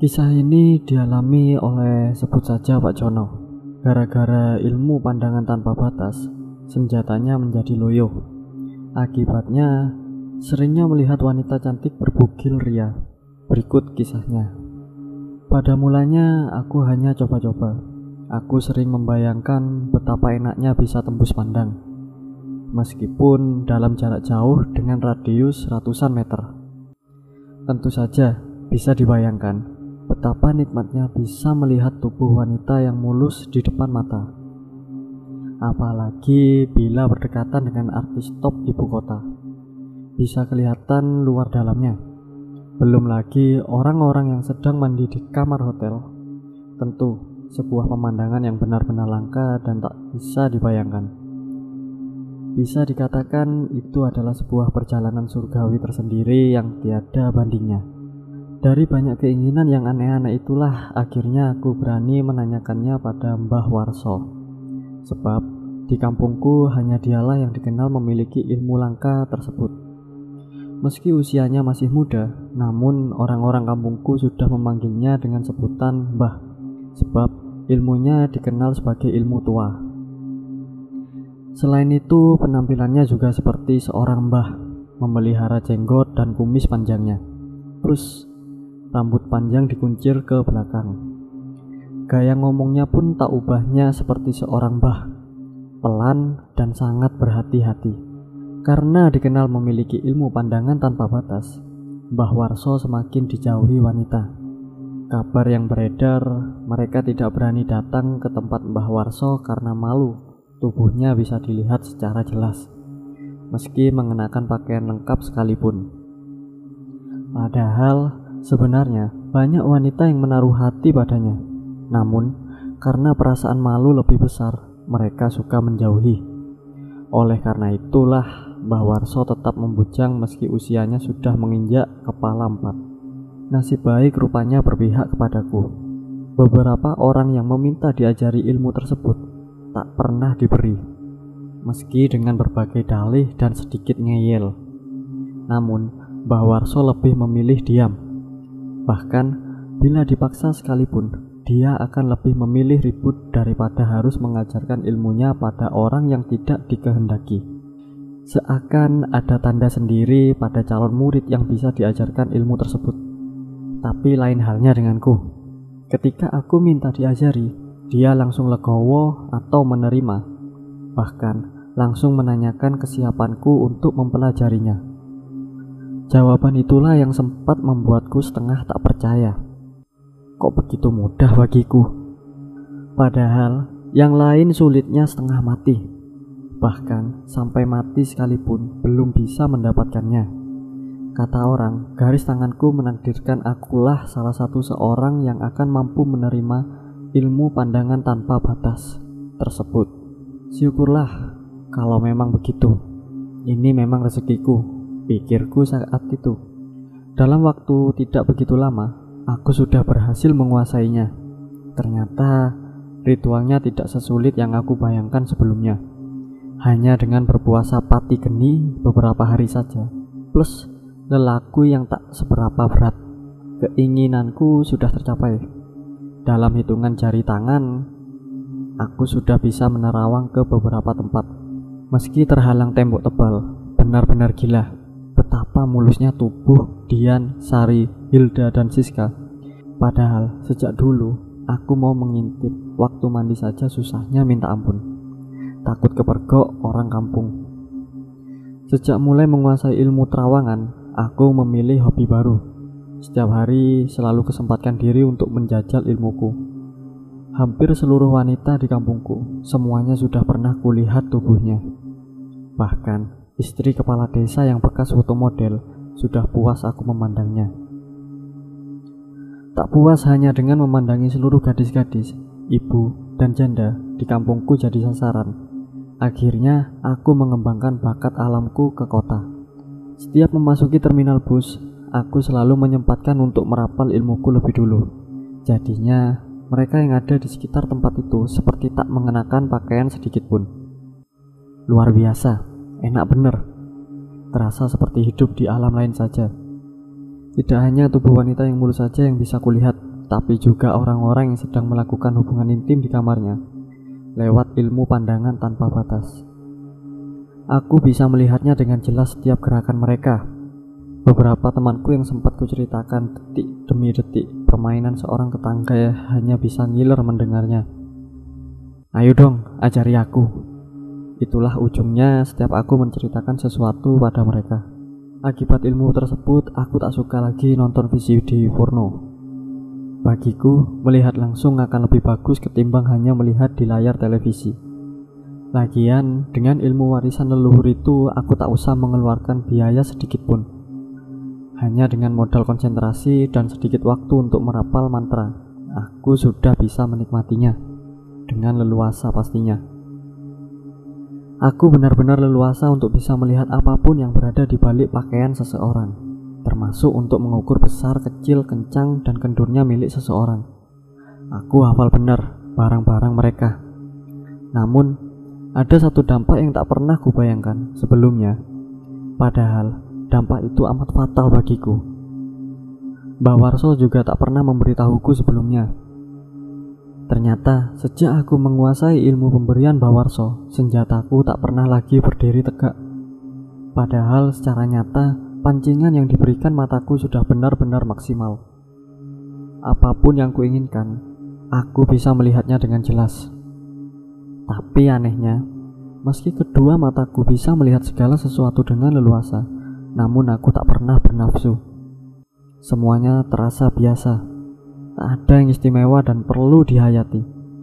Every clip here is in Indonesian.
Kisah ini dialami oleh sebut saja Pak Jono. Gara-gara ilmu pandangan tanpa batas, senjatanya menjadi loyo. Akibatnya, seringnya melihat wanita cantik berbugil ria. Berikut kisahnya. Pada mulanya, aku hanya coba-coba. Aku sering membayangkan betapa enaknya bisa tembus pandang, meskipun dalam jarak jauh dengan radius ratusan meter. Tentu saja bisa dibayangkan betapa nikmatnya bisa melihat tubuh wanita yang mulus di depan mata. Apalagi bila berdekatan dengan artis top ibu kota. Bisa kelihatan luar dalamnya. Belum lagi orang-orang yang sedang mandi di kamar hotel. Tentu sebuah pemandangan yang benar-benar langka dan tak bisa dibayangkan. Bisa dikatakan itu adalah sebuah perjalanan surgawi tersendiri yang tiada bandingnya. Dari banyak keinginan yang aneh-aneh itulah akhirnya aku berani menanyakannya pada Mbah Warso. Sebab di kampungku hanya dialah yang dikenal memiliki ilmu langka tersebut. Meski usianya masih muda, namun orang-orang kampungku sudah memanggilnya dengan sebutan Mbah. Sebab ilmunya dikenal sebagai ilmu tua. Selain itu, penampilannya juga seperti seorang mbah, memelihara jenggot dan kumis panjangnya. Terus rambut panjang dikuncir ke belakang. Gaya ngomongnya pun tak ubahnya seperti seorang mbah, pelan dan sangat berhati-hati. Karena dikenal memiliki ilmu pandangan tanpa batas, Mbah Warso semakin dijauhi wanita. Kabar yang beredar, mereka tidak berani datang ke tempat Mbah Warso karena malu tubuhnya bisa dilihat secara jelas, meski mengenakan pakaian lengkap sekalipun. Padahal sebenarnya banyak wanita yang menaruh hati padanya, namun karena perasaan malu lebih besar, mereka suka menjauhi. Oleh karena itulah Mbah Warso tetap membujang meski usianya sudah menginjak kepala 4. Nasib baik rupanya berpihak kepadaku. Beberapa orang yang meminta diajari ilmu tersebut tak pernah diberi, meski dengan berbagai dalih dan sedikit ngeyel. Namun Mbah Warso lebih memilih diam. Bahkan bila dipaksa sekalipun, dia akan lebih memilih ribut daripada harus mengajarkan ilmunya pada orang yang tidak dikehendaki. Seakan ada tanda sendiri pada calon murid yang bisa diajarkan ilmu tersebut. Tapi lain halnya denganku. Ketika aku minta diajari, dia langsung legowo atau menerima. Bahkan langsung menanyakan kesiapanku untuk mempelajarinya. Jawaban itulah yang sempat membuatku setengah tak percaya. Kok begitu mudah bagiku? Padahal yang lain sulitnya setengah mati. Bahkan sampai mati sekalipun belum bisa mendapatkannya. Kata orang, garis tanganku menakdirkan akulah salah satu seorang yang akan mampu menerima ilmu pandangan tanpa batas tersebut. Syukurlah kalau memang begitu. Ini memang rezekiku, pikirku saat itu. Dalam waktu tidak begitu lama, aku sudah berhasil menguasainya. Ternyata ritualnya tidak sesulit yang aku bayangkan sebelumnya. Hanya dengan berpuasa pati geni beberapa hari saja, plus lelaku yang tak seberapa berat, keinginanku sudah tercapai. Dalam hitungan jari tangan, aku sudah bisa menerawang ke beberapa tempat. Meski terhalang tembok tebal, benar-benar gila betapa mulusnya tubuh Dian, Sari, Hilda, dan Siska. Padahal sejak dulu aku mau mengintip, waktu mandi saja susahnya minta ampun. Takut kepergok orang kampung. Sejak mulai menguasai ilmu terawangan, aku memilih hobi baru. Setiap hari selalu kesempatkan diri untuk menjajal ilmuku. Hampir seluruh wanita di kampungku, semuanya sudah pernah kulihat tubuhnya. Bahkan istri kepala desa yang bekas foto model sudah puas aku memandangnya. Tak puas hanya dengan memandangi seluruh gadis-gadis, ibu, dan janda di kampungku jadi sasaran. Akhirnya aku mengembangkan bakat alamku ke kota. Setiap memasuki terminal bus, aku selalu menyempatkan untuk merapal ilmuku lebih dulu. Jadinya mereka yang ada di sekitar tempat itu seperti tak mengenakan pakaian sedikit pun. Luar biasa, enak bener. Terasa seperti hidup di alam lain saja. Tidak hanya tubuh wanita yang mulus saja yang bisa kulihat, tetapi juga orang-orang yang sedang melakukan hubungan intim di kamarnya lewat ilmu pandangan tanpa batas. Aku bisa melihatnya dengan jelas setiap gerakan mereka. Beberapa temanku yang sempat kuceritakan detik demi detik permainan seorang tetangga hanya bisa ngiler mendengarnya. Ayo dong, ajari aku. Itulah ujungnya setiap aku menceritakan sesuatu pada mereka. Akibat ilmu tersebut, aku tak suka lagi nonton VCD porno. Bagiku, melihat langsung akan lebih bagus ketimbang hanya melihat di layar televisi. Lagian, dengan ilmu warisan leluhur itu, aku tak usah mengeluarkan biaya sedikit pun. Hanya dengan modal konsentrasi dan sedikit waktu untuk merapal mantra, aku sudah bisa menikmatinya dengan leluasa pastinya. Aku benar-benar leluasa untuk bisa melihat apapun yang berada di balik pakaian seseorang, termasuk untuk mengukur besar, kecil, kencang, dan kendurnya milik seseorang. Aku hafal benar barang-barang mereka. Namun, ada satu dampak yang tak pernah kubayangkan sebelumnya. Padahal, dampak itu amat fatal bagiku. Mbah Warso juga tak pernah memberitahuku sebelumnya. Ternyata sejak aku menguasai ilmu pemberian Mbah Warso, senjataku tak pernah lagi berdiri tegak. Padahal secara nyata, pancingan yang diberikan mataku sudah benar-benar maksimal. Apapun yang kuinginkan, aku bisa melihatnya dengan jelas. Tapi anehnya, meski kedua mataku bisa melihat segala sesuatu dengan leluasa, namun aku tak pernah bernafsu. Semuanya terasa biasa, tak ada yang istimewa dan perlu dihayati.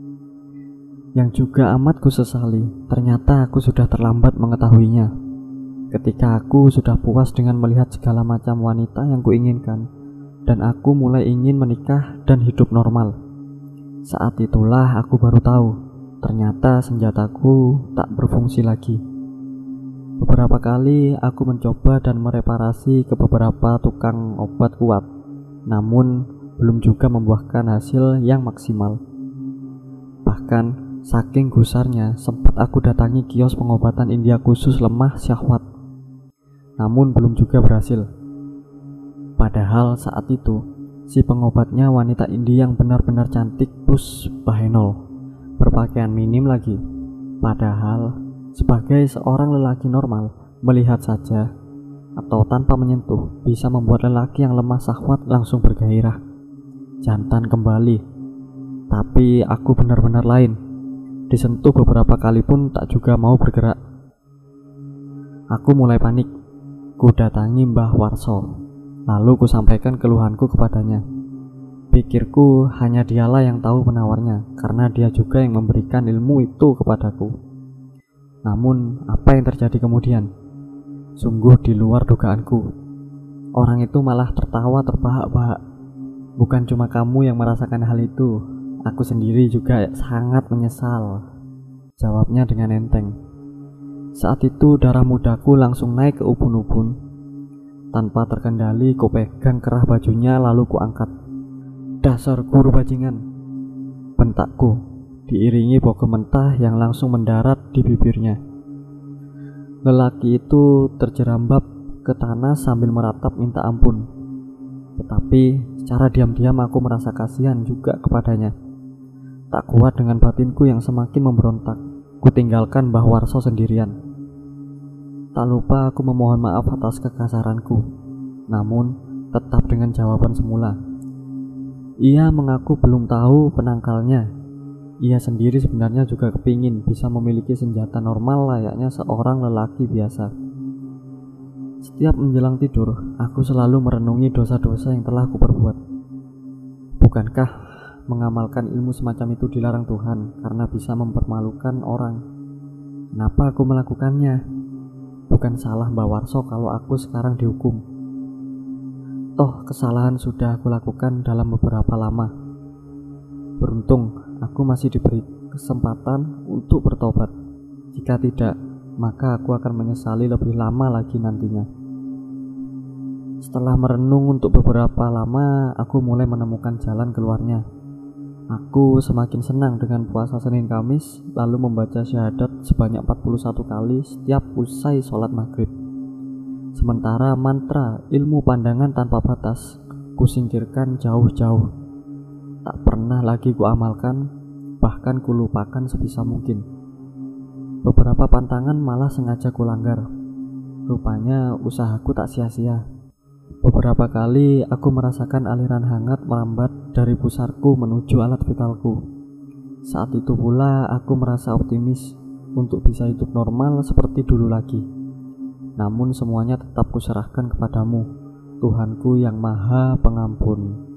Yang juga amat kusesali, ternyata aku sudah terlambat mengetahuinya. Ketika aku sudah puas dengan melihat segala macam wanita yang kuinginkan, dan aku mulai ingin menikah dan hidup normal. Saat itulah aku baru tahu, ternyata senjataku tak berfungsi lagi. Beberapa kali aku mencoba dan mereparasi ke beberapa tukang obat kuat, namun belum juga membuahkan hasil yang maksimal. Bahkan saking gusarnya sempat aku datangi kios pengobatan India khusus lemah syahwat, namun belum juga berhasil. Padahal saat itu si pengobatnya wanita India yang benar-benar cantik plus Bahenol, berpakaian minim lagi. Padahal sebagai seorang lelaki normal, melihat saja atau tanpa menyentuh bisa membuat lelaki yang lemah syahwat langsung bergairah, jantan kembali. Tapi aku benar-benar lain. Disentuh beberapa kali pun tak juga mau bergerak. Aku mulai panik. Ku datangi Mbah Warso, lalu ku sampaikan keluhanku kepadanya. Pikirku hanya dialah yang tahu penawarnya, karena dia juga yang memberikan ilmu itu kepadaku. Namun, apa yang terjadi kemudian? Sungguh di luar dugaanku. Orang itu malah tertawa terbahak-bahak. Bukan cuma kamu yang merasakan hal itu, aku sendiri juga sangat menyesal, jawabnya dengan enteng. Saat itu darah mudaku langsung naik ke ubun-ubun. Tanpa terkendali, ku pegang kerah bajunya lalu ku angkat. Dasar guru bajingan, bentakku, diiringi bogem mentah yang langsung mendarat di bibirnya. Lelaki itu terjerambab ke tanah sambil meratap minta ampun. Tetapi secara diam-diam aku merasa kasihan juga kepadanya. Tak kuat dengan batinku yang semakin memberontak, ku tinggalkan Mbah Warso sendirian. Tak lupa aku memohon maaf atas kekasaranku, namun tetap dengan jawaban semula. Ia mengaku belum tahu penangkalnya. Ia sendiri sebenarnya juga kepingin bisa memiliki senjata normal layaknya seorang lelaki biasa. Setiap menjelang tidur, aku selalu merenungi dosa-dosa yang telah kuperbuat. Bukankah mengamalkan ilmu semacam itu dilarang Tuhan karena bisa mempermalukan orang? Kenapa aku melakukannya? Bukan salah Mbah Warso kalau aku sekarang dihukum. Toh kesalahan sudah aku lakukan dalam beberapa lama. Beruntung aku masih diberi kesempatan untuk bertobat. Jika tidak, maka aku akan menyesali lebih lama lagi nantinya. Setelah merenung untuk beberapa lama, aku mulai menemukan jalan keluarnya. Aku semakin senang dengan puasa Senin Kamis, lalu membaca syahadat sebanyak 41 kali setiap usai sholat maghrib. Sementara mantra ilmu pandangan tanpa batas kusingkirkan jauh-jauh. tak pernah lagi kuamalkan, bahkan kulupakan sebisa mungkin. Beberapa pantangan malah sengaja kulanggar. Rupanya usahaku tak sia-sia. Beberapa kali aku merasakan aliran hangat merambat dari pusarku menuju alat vitalku. Saat itu pula aku merasa optimis untuk bisa hidup normal seperti dulu lagi. Namun semuanya tetap kuserahkan kepadamu, Tuhanku yang Maha Pengampun.